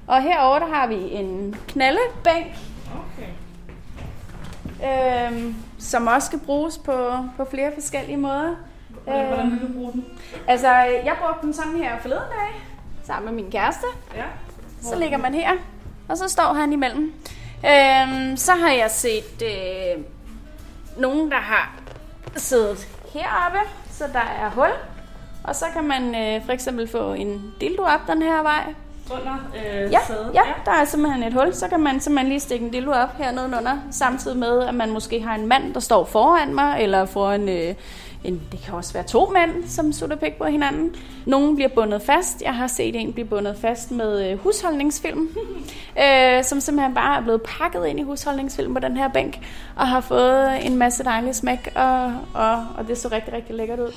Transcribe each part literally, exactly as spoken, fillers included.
Og herovre der har vi en knaldebænk, okay. øhm, som også skal bruges på, på flere forskellige måder. Hvordan, hvordan vil du bruge den? Altså, jeg brugte den sådan her forleden dag, sammen med min kæreste. Ja. Så ligger man her, og så står han imellem. Øhm, så har jeg set øh, nogen, der har siddet heroppe, så der er hul. Og så kan man øh, for eksempel få en dildo op den her vej. Under øh, ja, sædet? Ja, der er simpelthen et hul. Så kan man simpelthen lige stikke en dildo op her nedenunder. Samtidig med, at man måske har en mand, der står foran mig, eller foran... Øh, En, det kan også være to mænd, som sutter pik på hinanden. Nogle bliver bundet fast. Jeg har set en blive bundet fast med øh, husholdningsfilm, øh, som simpelthen bare er blevet pakket ind i husholdningsfilm på den her bænk, og har fået en masse dejlig smæk, og, og, og det så rigtig, rigtig lækkert ud.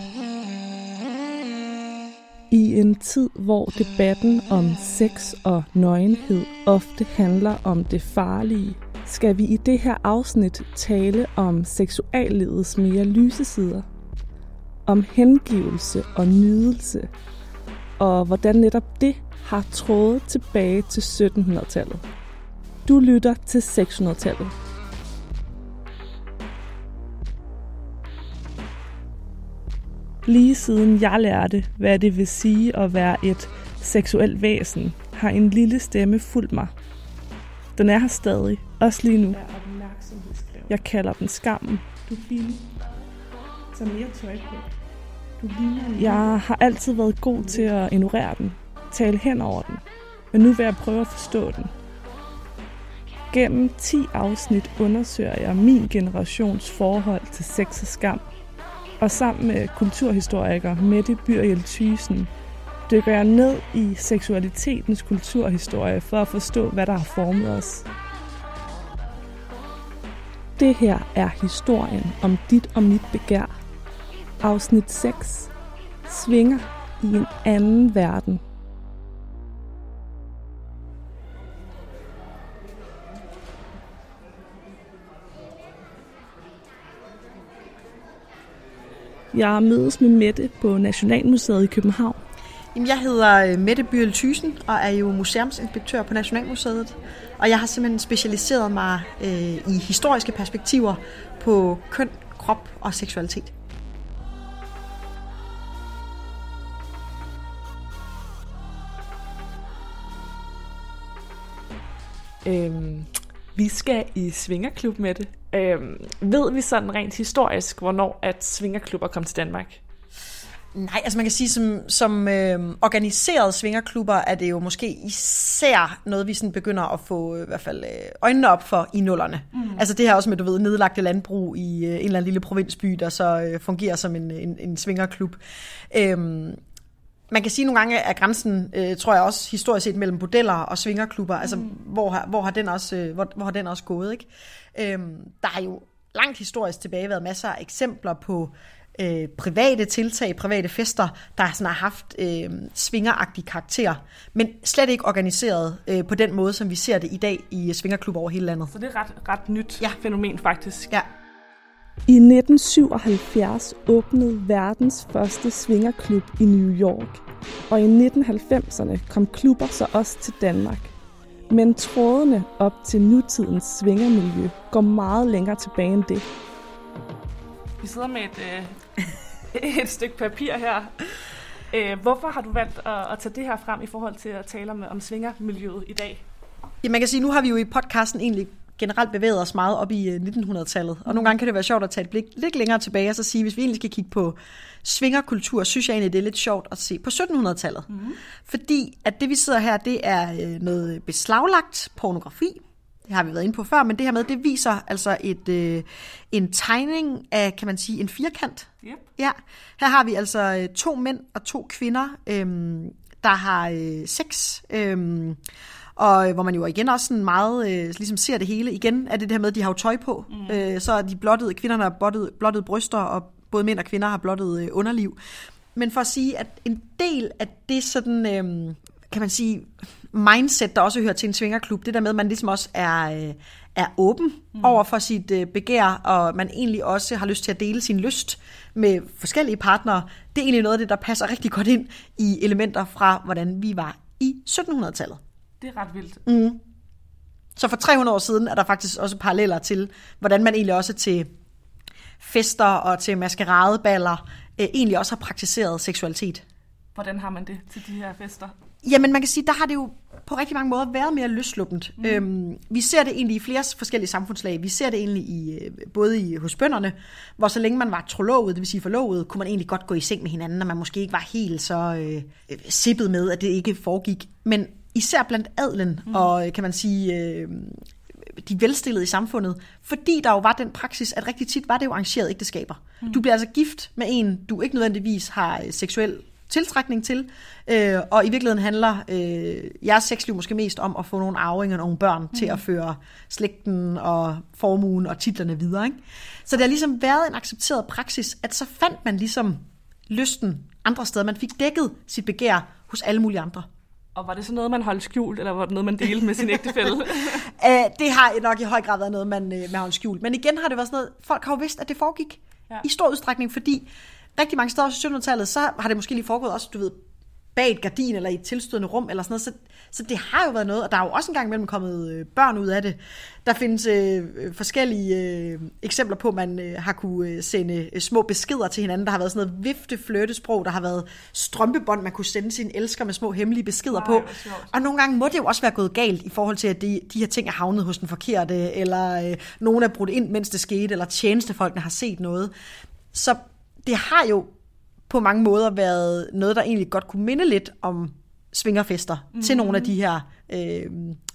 I en tid, hvor debatten om sex og nøgenhed ofte handler om det farlige, skal vi i det her afsnit tale om seksuallivets mere lyse sider, om hengivelse og nydelse, og hvordan netop det har trådet tilbage til sytten hundrede-tallet. Du lytter til seks hundrede-tallet. Lige siden jeg lærte, hvad det vil sige at være et seksuelt væsen, har en lille stemme fulgt mig. Den er her stadig, også lige nu. Jeg kalder den skammen. Du er fin. Så mere tøj på. Du ligner. Jeg har altid været god til at ignorere den, tale hen over den, men nu vil jeg prøve at forstå den. Gennem ti afsnit undersøger jeg min generations forhold til sex og skam, og sammen med kulturhistoriker Mette Byriel Thyssen dykker jeg ned i seksualitetens kulturhistorie for at forstå, hvad der har formet os. Det her er historien om dit og mit begær. Afsnit seks. Svinger i en anden verden. Jeg mødes med Mette på Nationalmuseet i København. Jeg hedder Mette Byriel Thyssen og er jo museumsinspektør på Nationalmuseet. Og jeg har simpelthen specialiseret mig øh, i historiske perspektiver på køn, krop og seksualitet. Øhm, vi skal i svingerklub med det. Øhm, ved vi sådan rent historisk, hvornår at svingerklubber kom til Danmark? Nej, altså man kan sige, som, som øh, organiserede svingerklubber er det jo måske især noget, vi sådan begynder at få i hvert fald øh, øjnene op for i nullerne. Mm. Altså det her også med, du ved, nedlagte landbrug i øh, en eller anden lille provinsby, der så øh, fungerer som en, en, en svingerklub. Øhm, man kan sige nogle gange, at grænsen, øh, tror jeg også historisk set, mellem bordeller og svingerklubber, mm. altså hvor har, hvor, har den også, øh, hvor, hvor har den også gået, ikke? Øhm, der har jo langt historisk tilbage været masser af eksempler på Øh, private tiltag, private fester, der sådan har haft øh, svingeragtig karakter, men slet ikke organiseret øh, på den måde, som vi ser det i dag i svingerklubber over hele landet. Så det er ret, ret nyt ja. fænomen faktisk. Ja. I nitten syvoghalvfjerds åbnede verdens første svingerklub i New York, og i nitten halvfemserne kom klubber så også til Danmark. Men trådene op til nutidens svingermiljø går meget længere tilbage end det. Vi sidder med et, øh, et stykke papir her. Øh, hvorfor har du valgt at, at tage det her frem i forhold til at tale om, om svingermiljøet i dag? Ja, man kan sige, nu har vi jo i podcasten egentlig generelt bevæget os meget op i nitten hundrede-tallet. Og nogle gange kan det være sjovt at tage et blik lidt længere tilbage og så sige, hvis vi egentlig skal kigge på svingerkultur, synes jeg egentlig, det er lidt sjovt at se på sytten hundrede-tallet. Mm-hmm. Fordi at det, vi sidder her, det er noget beslaglagt pornografi. Det har vi været inde på før, men det her med, det viser altså et, øh, en tegning af, kan man sige, en firkant. Yep. Ja. Her har vi altså to mænd og to kvinder, øhm, der har øh, sex, øhm, og hvor man jo igen også sådan meget øh, ligesom ser det hele. Igen er det det her med, at de har jo tøj på, mm. øh, så er de blottede, kvinderne har blottet, blottet bryster, og både mænd og kvinder har blottet øh, underliv. Men for at sige, at en del af det sådan, øh, kan man sige, mindset, der også hører til en svingerklub, det der med, at man ligesom også er, er åben mm. over for sit begær, og man egentlig også har lyst til at dele sin lyst med forskellige partnere, det er egentlig noget af det, der passer rigtig godt ind i elementer fra, hvordan vi var i sytten hundrede-tallet. Det er ret vildt. Mm. Så for tre hundrede år siden er der faktisk også paralleller til, hvordan man egentlig også til fester og til maskeradeballer øh, egentlig også har praktiseret seksualitet. Hvordan har man det til de her fester? Jamen man kan sige, der har det jo på rigtig mange måder været mere løsluppent. Mm. Øhm, vi ser det egentlig i flere forskellige samfundslag. Vi ser det egentlig i, både i, hos bønderne, hvor så længe man var trolovet, det vil sige forlovet, kunne man egentlig godt gå i seng med hinanden, og man måske ikke var helt så øh, sippet med, at det ikke foregik. Men især blandt adelen, mm. og kan man sige øh, de velstillede i samfundet, fordi der jo var den praksis, at rigtig tit var det jo arrangerede ægteskaber. Mm. Du bliver altså gift med en, du ikke nødvendigvis har seksuel tiltrækning til, øh, og i virkeligheden handler øh, jeres sexliv måske mest om at få nogle arvinger og nogle børn mm. til at føre slægten og formuen og titlerne videre. Ikke? Så det har ligesom været en accepteret praksis, at så fandt man ligesom lysten andre steder. Man fik dækket sit begær hos alle mulige andre. Og var det så noget, man holdt skjult, eller var det noget, man delte med sin ægtefælle? Æh, det har nok i høj grad været noget, man, man holdt skjult. Men igen har det været sådan noget, folk har jo vidst, at det foregik ja. i stor udstrækning, fordi rigtig mange steder i syttenhundredetallet, så har det måske lige foregået også, du ved, bag et gardin eller i et tilstødende rum eller sådan noget. Så, så det har jo været noget, og der er jo også engang imellem kommet børn ud af det. Der findes øh, forskellige øh, eksempler på, at man øh, har kunne sende øh, små beskeder til hinanden. Der har været sådan noget vifte-flirtesprog, der har været strømpebånd, man kunne sende sine elsker med små hemmelige beskeder Nej, på. Og nogle gange må det jo også være gået galt i forhold til, at de, de her ting er havnet hos den forkerte, eller øh, nogen er brudt ind, mens det skete, eller tjenestefolkene har set noget. Så det har jo på mange måder været noget, der egentlig godt kunne minde lidt om svingerfester mm-hmm. til nogle af de her, øh,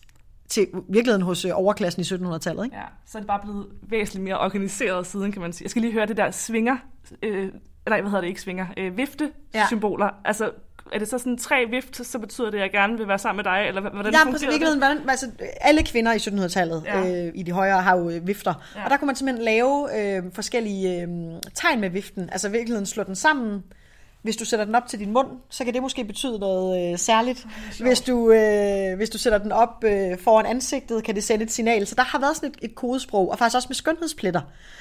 til virkeligheden hos overklassen i syttenhundredetallet. Ikke? Ja, så er det bare blevet væsentligt mere organiseret siden, kan man sige. Jeg skal lige høre det der svinger, øh, nej, hvad hedder det ikke svinger, øh, vifte-symboler. Ja. Altså, er det så sådan tre vift, så betyder det, at jeg gerne vil være sammen med dig, eller hvordan ja, fungerer det? Hvordan, altså, alle kvinder i syttenhundredetallet ja. øh, i de højere har jo øh, vifter, ja. og der kunne man simpelthen lave øh, forskellige øh, tegn med viften, altså i virkeligheden slå den sammen. Hvis du sætter den op til din mund, så kan det måske betyde noget øh, særligt. Hvis du, øh, hvis du sætter den op øh, foran ansigtet, kan det sende et signal. Så der har været sådan et, et kodesprog, og faktisk også med skønhedspletter.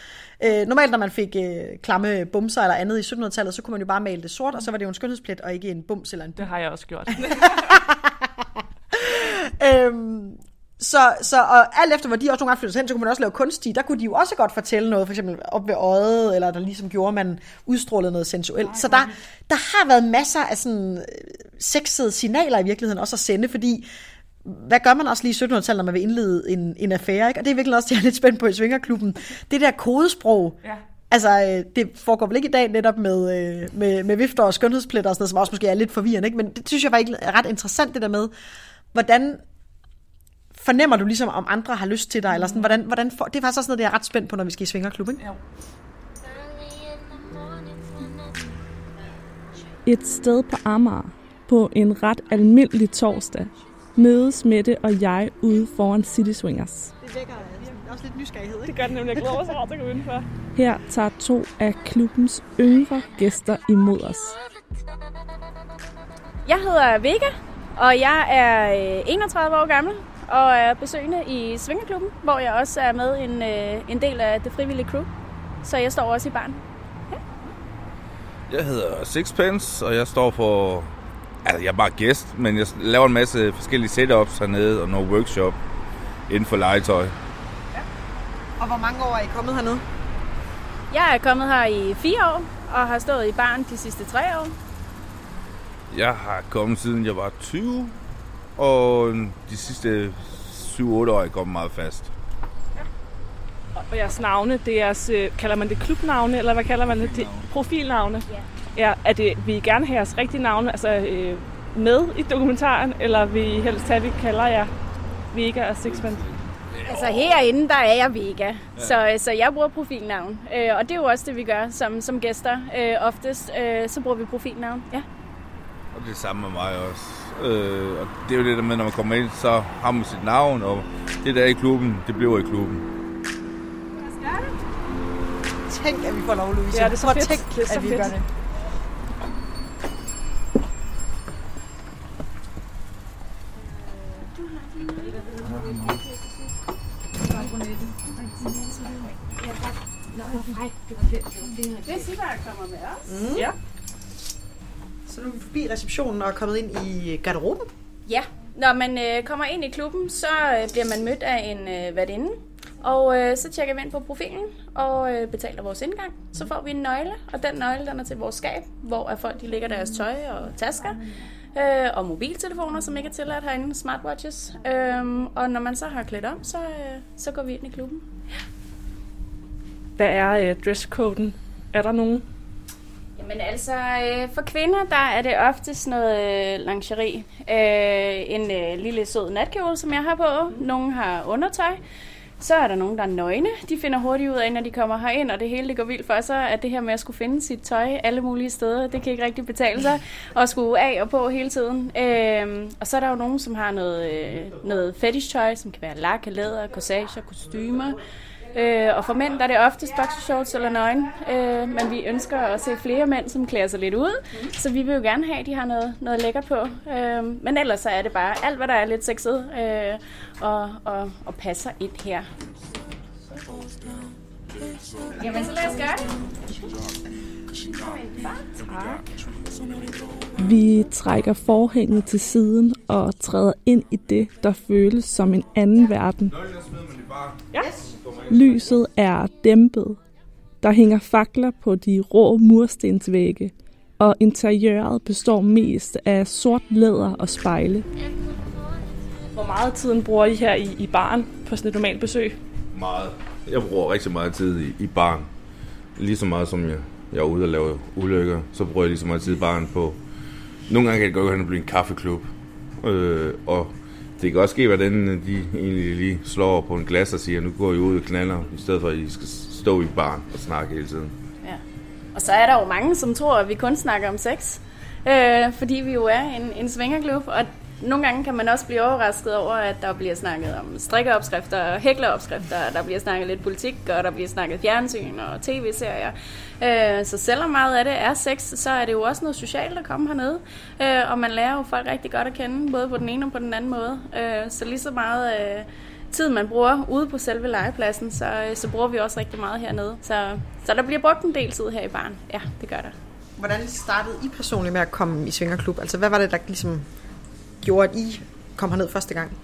Øh, normalt, når man fik øh, klamme bumser eller andet i syttenhundredetallet, så kunne man jo bare male det sort, og så var det jo en skønhedsplet, og ikke en bums eller en bum. Det har jeg også gjort. øhm, så, så og alt efter, hvor de også nogle gange flyttede hen, så kunne man også lave kunstige. Der kunne de jo også godt fortælle noget, for eksempel op ved øjet, eller der ligesom gjorde, man udstrålede noget sensuelt. Nej, så der, der har været masser af sådan sexede signaler i virkeligheden også at sende, fordi hvad gør man også lige i syttenhundredetallet, når man vil indlede en, en affære, ikke? Og det er virkelig også, det jeg er lidt spændt på i svingerklubben. Det der kodesprog, ja. Altså det foregår vel ikke i dag netop med, med, med vifter og skønhedspletter og sådan noget, som også måske er lidt forvirrende, ikke? Men det synes jeg var ikke ret interessant, det der med, hvordan fornemmer du ligesom, om andre har lyst til dig, eller sådan, hvordan, hvordan for, det er faktisk også noget, det er ret spændt på, når vi skal i svingerklub, ikke? Jo. Et sted på Amager, på en ret almindelig torsdag, mødes Mette og jeg ude foran City Swingers. Det vækker også lidt nysgerrighed, ikke? Det gør det nemlig, jeg glæder mig så meget til at gå udenfor. Her tager to af klubbens yngre gæster imod os. Jeg hedder Vega, og jeg er enogtredive år gammel, og er besøgende i Svingerklubben, hvor jeg også er med en, en del af det frivillige crew. Så jeg står også i baren. Ja. Jeg hedder Sixpence, og jeg står for... Altså, jeg er bare gæst, men jeg laver en masse forskellige setups hernede og nogle workshop inden for legetøj. Ja. Og hvor mange år er I kommet hernede? Jeg er kommet her i fire år, og har stået i baren de sidste tre år. Jeg har kommet siden jeg var tyve, og de sidste syv otte år er jeg kommet meget fast. Ja. Og jeres navne, det er jeres, kalder man det klubnavne, eller hvad kalder man det? det profilnavne? Ja. Ja, er det, vil I gerne have jeres rigtige navne altså, øh, med i dokumentaren, eller vil I helst have, at vi kalder jer Vega og Sixpence? Altså herinde, der er jeg Vega, ja. så, så jeg bruger profilnavn. Øh, og det er jo også det, vi gør som, som gæster. Øh, oftest øh, så bruger vi profilnavn, ja. Og det er det samme med mig også. Øh, og det er jo det der med, når man kommer ind, så har man sit navn, og det der er i klubben, det bliver i klubben. Tænk, at vi får lov, Louise. Ja, det er så Prøv fedt. Tænk, det er så at vi fedt. gør det. Det er Sibba, der kommer med os. Mm. Ja. Så nu er vi forbi receptionen og er kommet ind i garderoben. Ja, Når man øh, kommer ind i klubben, så øh, bliver man mødt af en øh, værtinde, og øh, så tjekker vi ind på profilen og øh, betaler vores indgang. Så får vi en nøgle, og den nøgle den er til vores skab, hvor er folk de lægger deres tøj og tasker, øh, og mobiltelefoner, som ikke er tilladt herinde, smartwatches. Øh, og når man så har klædt om, så, øh, så går vi ind i klubben. Hvad er øh, dresscoden? Er der nogen? Jamen altså, øh, for kvinder, der er det oftest noget øh, lingerie. Øh, en øh, lille sød natkjole, som jeg har på. Nogle har undertøj. Så er der nogen, der er nøgne. De finder hurtigt ud af, når de kommer herind, og det hele det går vildt for sig, at det her med at skulle finde sit tøj alle mulige steder, det kan ikke rigtig betale sig, og skulle af og på hele tiden. Øh, og så er der jo nogen, som har noget, øh, noget fetish-tøj, som kan være lak, læder, corsager, kostymer. Øh, og for mænd der er det oftest boxershorts eller nøgen, øh, men vi ønsker at se flere mænd, som klæder sig lidt ud, så vi vil jo gerne have, at de har noget, noget lækkert på. Øh, men ellers så er det bare alt, hvad der er lidt sexet øh, og, og, og passer ind her. Jamen, så lad os gøre det. Vi trækker forhænget til siden og træder ind i det, der føles som en anden verden. Ja. Lyset er dæmpet. Der hænger fakler på de rå murstensvægge, og interiøret består mest af sort læder og spejle. Hvor meget tiden bruger I her i, i baren på sådan et normalt besøg? Meget. Jeg bruger rigtig meget tid i, i baren. Lige så meget som jeg, jeg er ude og lave ulykker, så bruger jeg lige så meget tid i baren på. Nogle gange kan det godt hen og blive en kaffeklub. Øh, og det kan også ske, hvordan de egentlig lige slår på en glas og siger, nu går I ud og knaller, i stedet for at I skal stå i baren og snakke hele tiden. Ja. Og så er der jo mange, som tror, at vi kun snakker om sex, øh, fordi vi jo er en, en svingerklub, og nogle gange kan man også blive overrasket over, at der bliver snakket om strikkeopskrifter og hækleopskrifter, der bliver snakket lidt politik, og der bliver snakket fjernsyn og tv-serier. Så selvom meget af det er sex, så er det jo også noget socialt at komme hernede, og man lærer jo folk rigtig godt at kende, både på den ene og på den anden måde. Så lige så meget tid, man bruger ude på selve legepladsen, så, så bruger vi også rigtig meget hernede. Så, så der bliver brugt en del tid her i baren. Ja, det gør der. Hvordan startede I personligt med at komme i svingerklub? Altså, hvad var det, der ligesom gjorde, at I kom herned første gang?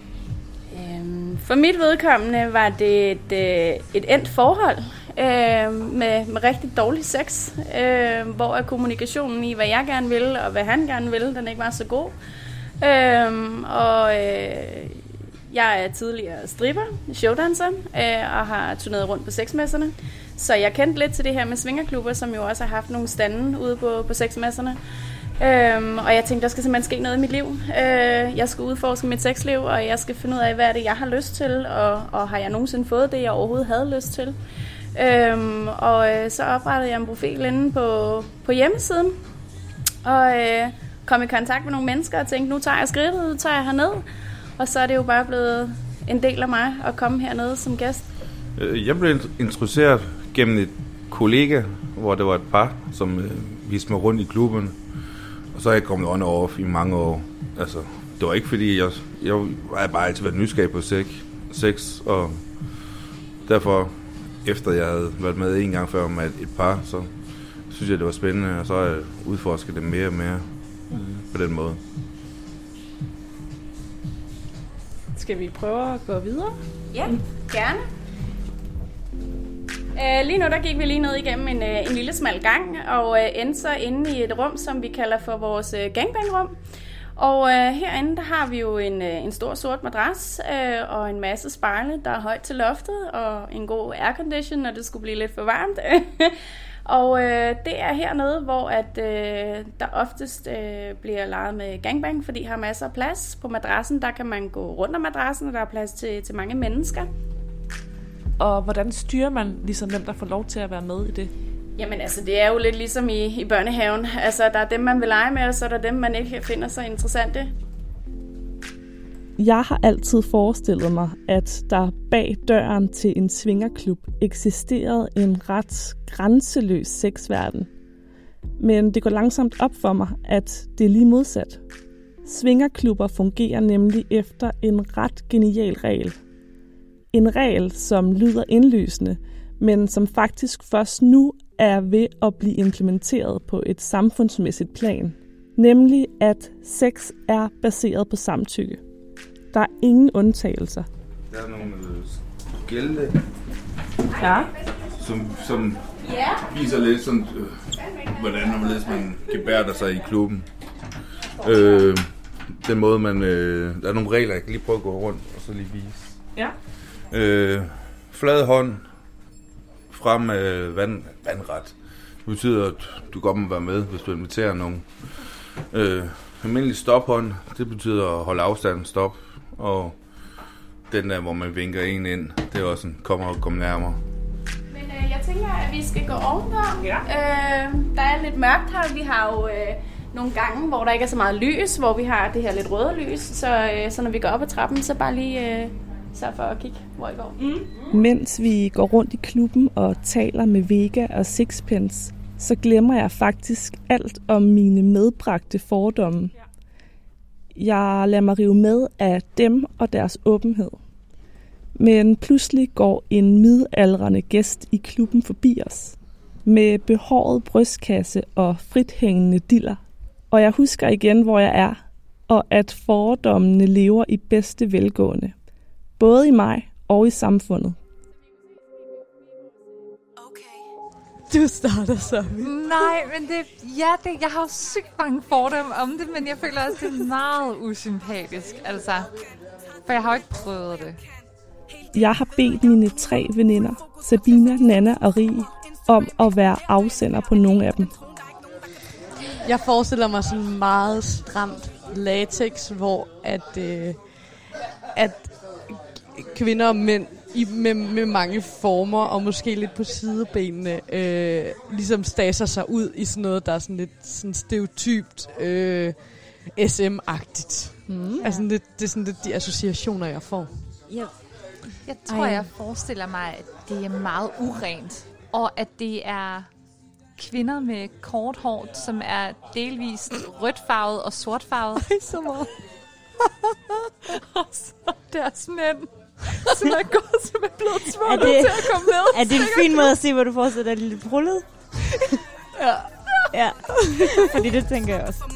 For mit vedkommende var det et, et endt forhold øh, med, med rigtig dårlig sex, øh, hvor kommunikationen i, hvad jeg gerne ville og hvad han gerne ville, den ikke var så god. Øh, og øh, jeg er tidligere stripper, showdancer, øh, og har turneret rundt på sexmesserne. Så jeg kendte lidt til det her med svingerklubber, som jo også har haft nogle stande ude på, på sexmesserne. Øhm, og jeg tænkte, der skal simpelthen ske noget i mit liv. Øh, jeg skal udforske mit sexliv, og jeg skal finde ud af, hvad er det, jeg har lyst til, og, og har jeg nogensinde fået det, jeg overhovedet havde lyst til. Øhm, og øh, så oprettede jeg en profil inde på, på hjemmesiden, og øh, kom i kontakt med nogle mennesker og tænkte, nu tager jeg skridtet, nu tager jeg herned. Og så er det jo bare blevet en del af mig at komme hernede som gæst. Jeg blev introduceret gennem et kollega, hvor det var et par, som øh, viste mig rundt i klubben. Og så er jeg kommet on og off i mange år. Altså, det var ikke fordi, jeg, jeg har bare altid været nysgerrig på sex, sex, og derfor, efter jeg havde været med en gang før med et par, så synes jeg, det var spændende, og så har jeg udforsket det mere og mere mm. på den måde. Skal vi prøve at gå videre? Ja, gerne. Uh, lige nu der gik vi lige ned igennem en, uh, en lille smal gang og uh, endte så inde i et rum, som vi kalder for vores uh, gangbang-rum. Og uh, herinde der har vi jo en, uh, en stor sort madras uh, og en masse spejle, der er højt til loftet, og en god aircondition, når det skulle blive lidt for varmt. Og uh, det er hernede, hvor at, uh, der oftest uh, bliver leget med gangbang, fordi der har masser af plads. På madrassen der kan man gå rundt om madrassen, og der er plads til, til mange mennesker. Og hvordan styrer man ligesom hvem, der får lov til at være med i det? Jamen altså, det er jo lidt ligesom i, i børnehaven. Altså, der er dem, man vil lege med, og så er der dem, man ikke finder så interessante. Jeg har altid forestillet mig, at der bag døren til en svingerklub eksisterede en ret grænseløs sexverden. Men det går langsomt op for mig, at det er lige modsat. Svingerklubber fungerer nemlig efter en ret genial regel. En regel, som lyder indlysende, men som faktisk først nu er ved at blive implementeret på et samfundsmæssigt plan. Nemlig, at sex er baseret på samtykke. Der er ingen undtagelser. Der er nogle øh, skilte, Ja. som, som viser lidt sådan, øh, hvordan man gebærder sig i klubben. Øh, den måde man... Øh, der er nogle regler, jeg kan lige prøve at gå rundt og så lige vise. Ja. Øh, flad hånd, frem med vand, vandret. Det betyder, at du godt må være med, hvis du inviterer nogen. Øh, almindelig stophånd, det betyder at holde afstanden stop. Og den der, hvor man vinker en ind, det er også en kommer og kommer nærmere. Men øh, jeg tænker, at vi skal gå ovenpå. Ja. Øh, der er lidt mørkt her. Vi har jo øh, nogle gange, hvor der ikke er så meget lys, hvor vi har det her lidt røde lys. Så, øh, så når vi går op ad trappen, så bare lige øh, sørg for at kigge, hvor I går. Mm. Mens vi går rundt i klubben og taler med Vega og Sixpence, så glemmer jeg faktisk alt om mine medbragte fordomme. Jeg lader mig rive med af dem og deres åbenhed. Men pludselig går en midaldrende gæst i klubben forbi os. Med behåret brystkasse og frithængende diller. Og jeg husker igen, hvor jeg er, og at fordommene lever i bedste velgående. Både i mig og i samfundet. Du starter så. Nej, men det, ja, det, jeg har jo sygt mange fordomme om det, men jeg føler også, det er meget usympatisk, altså. For jeg har jo ikke prøvet det. Jeg har bedt mine tre veninder, Sabina, Nana og Rie, om at være afsender på nogle af dem. Jeg forestiller mig sådan meget stramt latex, hvor at, øh, at kvinder og mænd i, med, med mange former og måske lidt på sidebenene øh, ligesom staser sig ud i sådan noget, der er sådan lidt sådan stereotypt øh, S M-agtigt. Mm. Altså det, det er sådan lidt de associationer, jeg får. Jeg, jeg tror, Ej. jeg forestiller mig, at det er meget urent, og at det er kvinder med kort hår, som er delvist rødfarvet og sortfarvet. Ej, så meget. Og så deres mænd, som er gået, som er blevet tvunget det, til at komme med. Er det en fin måde at se, hvor du forestiller dig lidt prullet? Ja. Ja, fordi det tænker jeg også.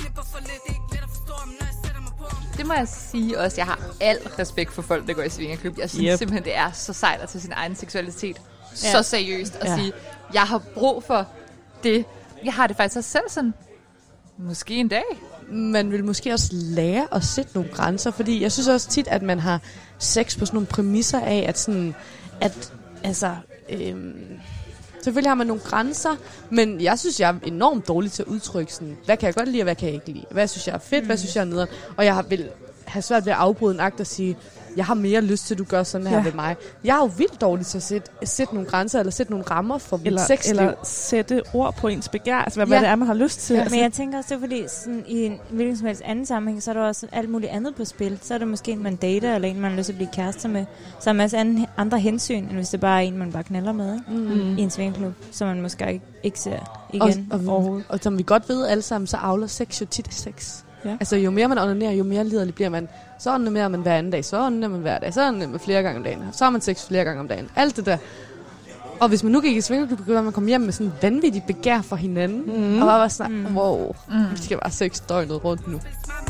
Det må jeg sige også. Jeg har al respekt for folk, der går i svingerklub. Jeg synes yep. simpelthen, det er så sejt at tage sin egen seksualitet ja. så seriøst. Og ja. sige, jeg har brug for det. Jeg har det faktisk også selv sådan, måske en dag. Man vil måske også lære at sætte nogle grænser, fordi jeg synes også tit, at man har sex på sådan nogle præmisser af, at sådan, at altså, øhm, selvfølgelig har man nogle grænser, men jeg synes, jeg er enormt dårlig til at udtrykke sådan, hvad kan jeg godt lide, og hvad kan jeg ikke lide? Hvad synes jeg er fedt, mm. hvad synes jeg er nederen? Og jeg vil have svært ved at afbryde en akt og sige, jeg har mere lyst til, at du gør sådan her ja. ved mig. Jeg er jo vildt dårlig til at sætte, sætte nogle grænser, eller sætte nogle rammer for mit eller, sexliv. Eller sætte ord på ens begær, altså hvad, ja. hvad det er, man har lyst til. Ja. Altså. Men jeg tænker også, det er fordi, sådan, i en hvilken som helst anden sammenhæng, så er der også alt muligt andet på spil. Så er det måske en, man dater, eller en, man har lyst til at blive kærester med. Så er der en masse anden, andre hensyn, end hvis det bare er en, man bare knaller med, ikke? Mm. I en svingerklub, som man måske ikke, ikke ser igen og, og, overhovedet. Og som vi godt ved alle sammen, så avler sex jo tit sex. Ja. Altså jo mere man onanerer, jo mere liderlig bliver man. Så onanerer man hver anden dag, så onanerer man hver dag, så onanerer man flere gange om dagen. Så har man sex flere gange om dagen. Alt det der. Og hvis man nu gik i svingerklub, kunne man komme hjem med sådan en vanvittig begær for hinanden. Mm. Og bare var sådan, mm. wow, mm. vi skal bare sex døgnet rundt nu.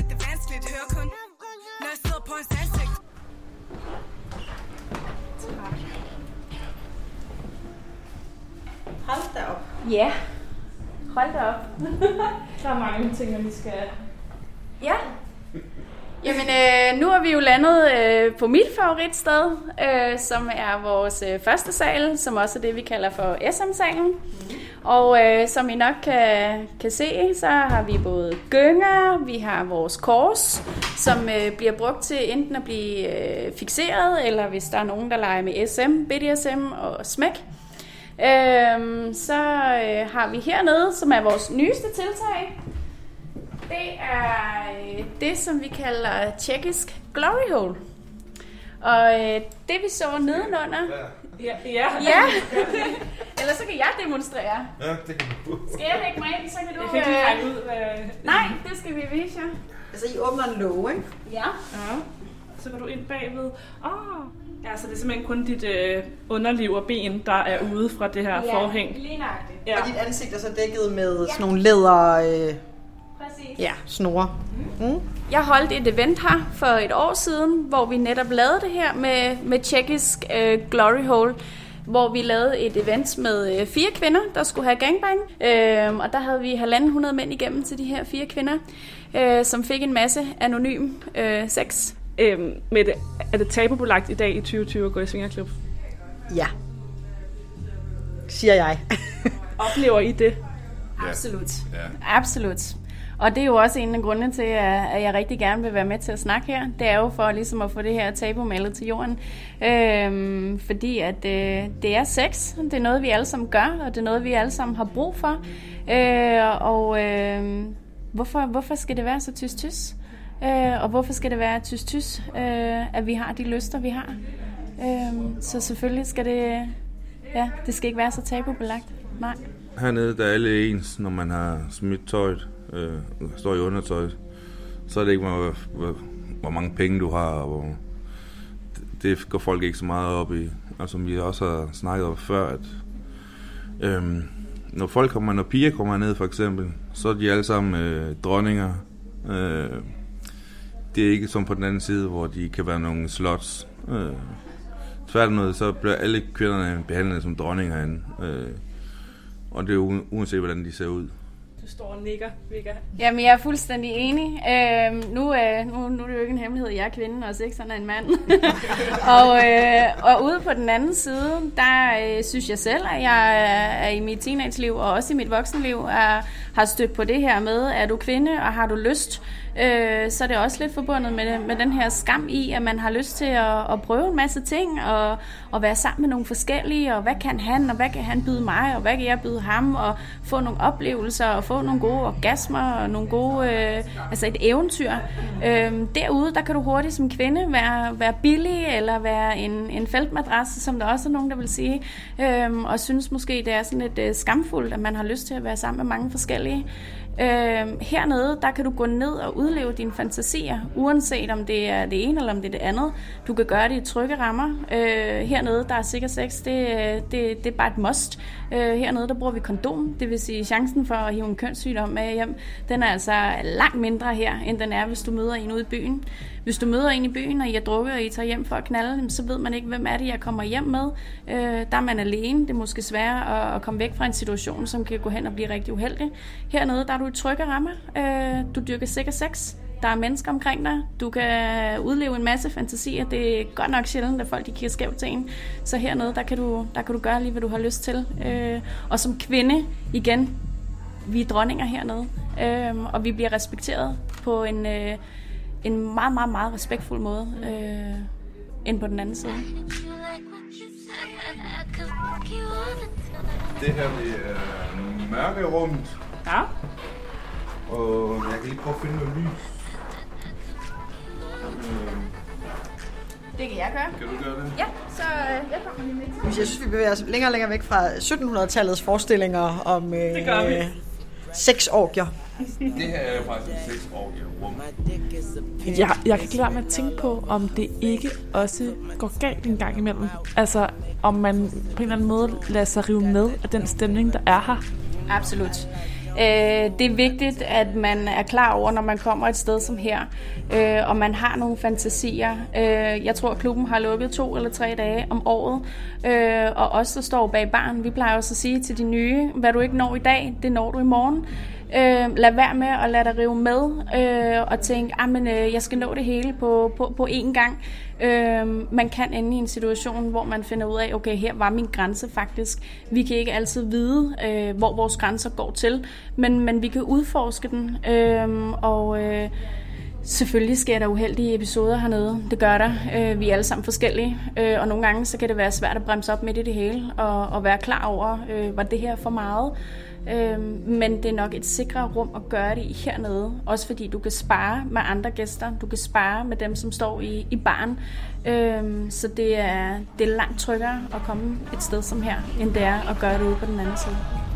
Hold da op. Ja, hold da op. Der er mange ting, vi skal... Ja. Jamen, øh, nu er vi jo landet øh, på mit favoritsted, øh, som er vores øh, første sal, som også er det, vi kalder for S M-salen. Mm. Og øh, som I nok kan, kan se, så har vi både gynger, vi har vores kors, som øh, bliver brugt til enten at blive øh, fikseret, eller hvis der er nogen, der leger med S M, B D S M og smæk. Øh, så øh, har vi hernede, som er vores nyeste tiltag. Det er øh, det, som vi kalder tjekkisk glory hole. Og øh, det vi så nedenunder... Ja, ja. ja. Eller så kan jeg demonstrere. Ja, det kan du. Skal jeg lægge mig ind, så kan du... Jeg kan ikke regne ud, hvad... Nej, det skal vi vise jer. Altså, I åbner en låge, ikke? Ja. Ja. Så går du ind bagved. Åh! Oh. Ja, så det er simpelthen kun dit øh, underliv og ben, der er ude fra det her ja, forhæng. Ja, lige nøjagtigt. Ja. Og dit ansigt er så dækket med ja. sådan nogle læder... Øh... Præcis. Ja, snore. Mm. Jeg holdt et event her for et år siden, hvor vi netop lavede det her med, med tjekkisk øh, Glory Hole, hvor vi lavede et event med øh, fire kvinder, der skulle have gangbang. Øh, og der havde vi halvanden hundrede mænd igennem til de her fire kvinder, øh, som fik en masse anonym øh, sex. Øhm, med det, er det tabubelagt i dag i tyve tyve at gå i svingerklub? Ja, siger jeg. Oplever I det? Absolut. Ja. Absolut. Og det er jo også en af grundene til, at jeg rigtig gerne vil være med til at snakke her. Det er jo for ligesom at få det her tabu malet til jorden. Øhm, fordi at øh, det er sex. Det er noget, vi alle sammen gør, og det er noget, vi alle sammen har brug for. Øh, og øh, hvorfor, hvorfor skal det være så tys-tys? Øh, og hvorfor skal det være tys-tys, øh, at vi har de lyster, vi har? Øh, så selvfølgelig skal det... Ja, det skal ikke være så tabubelagt. Nej. Hernede, der er alle ens, når man har smidt tøjet, øh, står i undertøjet, så er det ikke, hvor, hvor, hvor mange penge du har, og hvor, det, det går folk ikke så meget op i. Og som vi også har snakket om før, at øh, når folk kommer, når piger kommer ned for eksempel, så er de alle sammen øh, dronninger. Øh, det er ikke som på den anden side, hvor de kan være nogle slots. Øh, tværtimod, så bliver alle kvinderne behandlet som dronninger herinde. Øh, Og det er jo uanset, hvordan de ser ud. Du står og nikker, Vigga. Jamen, jeg er fuldstændig enig. Øh, nu, øh, nu, nu er det jo ikke en hemmelighed, jeg er kvinde, og sexeren er en mand. og, øh, og ude på den anden side, der øh, synes jeg selv, at jeg er i mit teenage-liv, og også i mit voksenliv, er, har stødt på det her med, er du kvinde, og har du lyst, øh, så er det også lidt forbundet med, med den her skam i, at man har lyst til at, at prøve en masse ting, og, og være sammen med nogle forskellige, og hvad kan han, og hvad kan han byde mig, og hvad kan jeg byde ham, og få nogle oplevelser, og få nogle gode orgasmer, og nogle gode, øh, altså et eventyr. Øh, derude, der kan du hurtigt som kvinde være, være billig, eller være en, en feltmadrasse, som der også er nogen, der vil sige, øh, og synes måske, det er sådan lidt øh, skamfuldt, at man har lyst til at være sammen med mange forskellige. Øh, hernede, der kan du gå ned og udleve dine fantasier, uanset om det er det ene eller om det er det andet. Du kan gøre det i trygge rammer. Øh, hernede, der er sikker sex, det, det, det er bare et must. Øh, hernede, der bruger vi kondom, det vil sige chancen for at hive en kønssygdom med hjem, den er altså langt mindre her, end den er, hvis du møder en ude i byen. Hvis du møder en i byen, og I er drukket, og I tager hjem for at knalde, så ved man ikke, hvem er det, jeg kommer hjem med. Øh, der er man alene. Det er måske sværere at, at komme væk fra en situation, som kan gå hen og blive rigtig uheldig. Hernede, der er du i trygge rammer. Øh, du dyrker sikker sex. Der er mennesker omkring dig. Du kan udleve en masse fantasier. Det er godt nok sjældent, at folk de kigger skævt til en. Så hernede, der kan du, der kan du gøre lige, hvad du har lyst til. Øh, og som kvinde, igen, vi er dronninger hernede. Øh, og vi bliver respekteret på en... Øh, en meget, meget, meget respektfuld måde øh, end på den anden side. Det her det er mørkerummet. Ja. Og jeg kan lige prøve at finde noget lys. Det kan jeg gøre. Kan du gøre det? Ja, så øh, jeg kommer lige med. Jeg synes, vi bevæger os længere og længere væk fra syttenhundredetallets forestillinger om øh, det gør vi. sexorgier. Det her er jo faktisk et sexorgie-rum. Jeg, jeg kan ikke lade være med at tænke på, om det ikke også går galt en gang imellem. Altså, om man på en eller anden måde lader sig rive med af den stemning, der er her. Absolut. Øh, det er vigtigt, at man er klar over, når man kommer et sted som her, øh, og man har nogle fantasier. Øh, jeg tror, at klubben har lukket to eller tre dage om året, øh, og os, der står bag baren, vi plejer også at sige til de nye, hvad du ikke når i dag, det når du i morgen. Øh, lad være med at lade dig rive med øh, og tænke, ah, men, øh, jeg skal nå det hele på, på, på én gang. Øh, man kan ende i en situation, hvor man finder ud af, okay, her var min grænse faktisk. Vi kan ikke altid vide, øh, hvor vores grænser går til, men, men vi kan udforske den. Øh, og øh, selvfølgelig sker der uheldige episoder hernede. Det gør der. Øh, vi er alle sammen forskellige, øh, og nogle gange så kan det være svært at bremse op midt i det hele og, og være klar over, øh, var det her for meget. Øhm, men det er nok et sikrere rum at gøre det i hernede, også fordi du kan spare med andre gæster, du kan spare med dem, som står i, i baren, øhm, så det er, det er langt tryggere at komme et sted som her, end det er at gøre det ude på den anden side.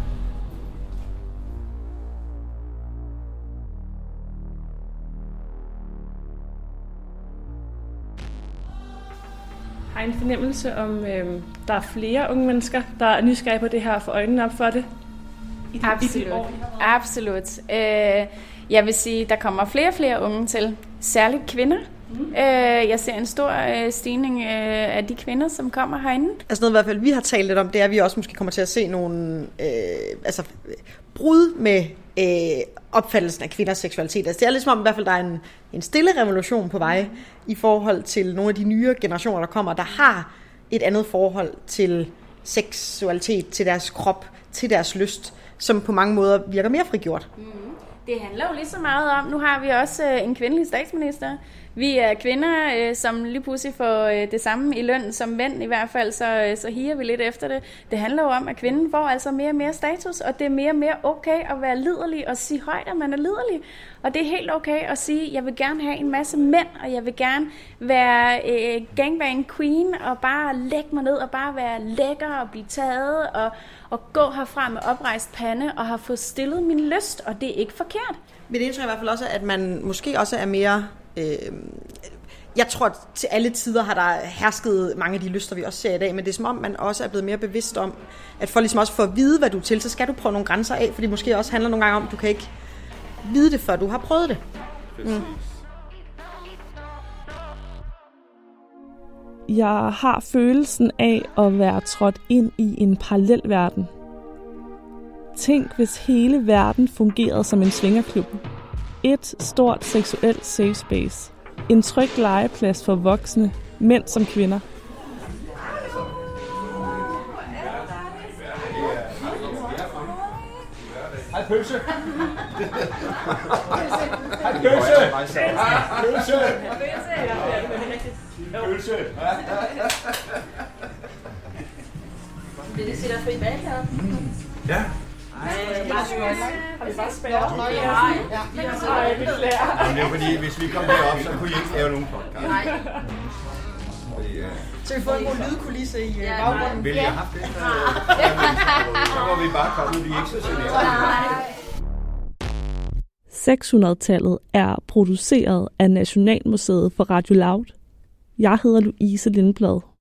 Har I en fornemmelse om, øhm, der er flere unge mennesker, der er nysgerrige på det her og får øjnene op for det? Absolut. Absolut. Øh, Jeg vil sige, der kommer flere og flere unge til, særligt kvinder. Mm. Jeg ser en stor stigning af de kvinder, som kommer herinde. Altså noget i hvert fald, vi har talt lidt om, det er, at vi også måske kommer til at se nogle øh, altså, brud med øh, opfattelsen af kvinders seksualitet. Altså det er ligesom om, i hvert fald, der er en, en stille revolution på vej mm. i forhold til nogle af de nye generationer, der kommer, der har et andet forhold til seksualitet, til deres krop, til deres lyst, som på mange måder virker mere frigjort. Mm. Det handler jo lige så meget om, nu har vi også en kvindelig statsminister. Vi er kvinder, som lige pludselig får det samme i løn som mænd i hvert fald, så, så higer vi lidt efter det. Det handler jo om, at kvinden får altså mere og mere status, og det er mere og mere okay at være liderlig og sige højt, at man er liderlig. Og det er helt okay at sige, at jeg vil gerne have en masse mænd, og jeg vil gerne være øh, gangbang queen, og bare lægge mig ned og bare være lækker og blive taget, og, og gå herfra med oprejst pande og have fået stillet min lyst, og det er ikke forkert. Mit indtryk er i hvert fald også, at man måske også er mere... Øh, jeg tror, at til alle tider har der hersket mange af de lyster, vi også ser i dag, men det er som om, man også er blevet mere bevidst om, at for ligesom også for at vide, hvad du er til, så skal du prøve nogle grænser af, fordi måske også handler nogle gange om, at du kan ikke vide det, før du har prøvet det. Mm. Jeg har følelsen af at være trådt ind i en parallelverden. Tænk, hvis hele verden fungerede som en svingerklub. Et stort seksuelt safe space. En tryg legeplads for voksne, mænd som kvinder. Hej pølse! Hej pølse! Hej pølse! Pølse! Vil det sige dig fri bag her? Ja. Har vi bare spærret? Nej, ja. Vi beklager. Det er fordi, hvis vi kom derop, så kunne I ikke lave nogen podcast. Nej. Så vi får en god lydkulisse i baggrunden. Vil I have haft det? Så må vi bare komme, vi er ikke så generede. seks hundrede-tallet er produceret af Nationalmuseet for Radio Loud. Jeg hedder Louise Lindblad.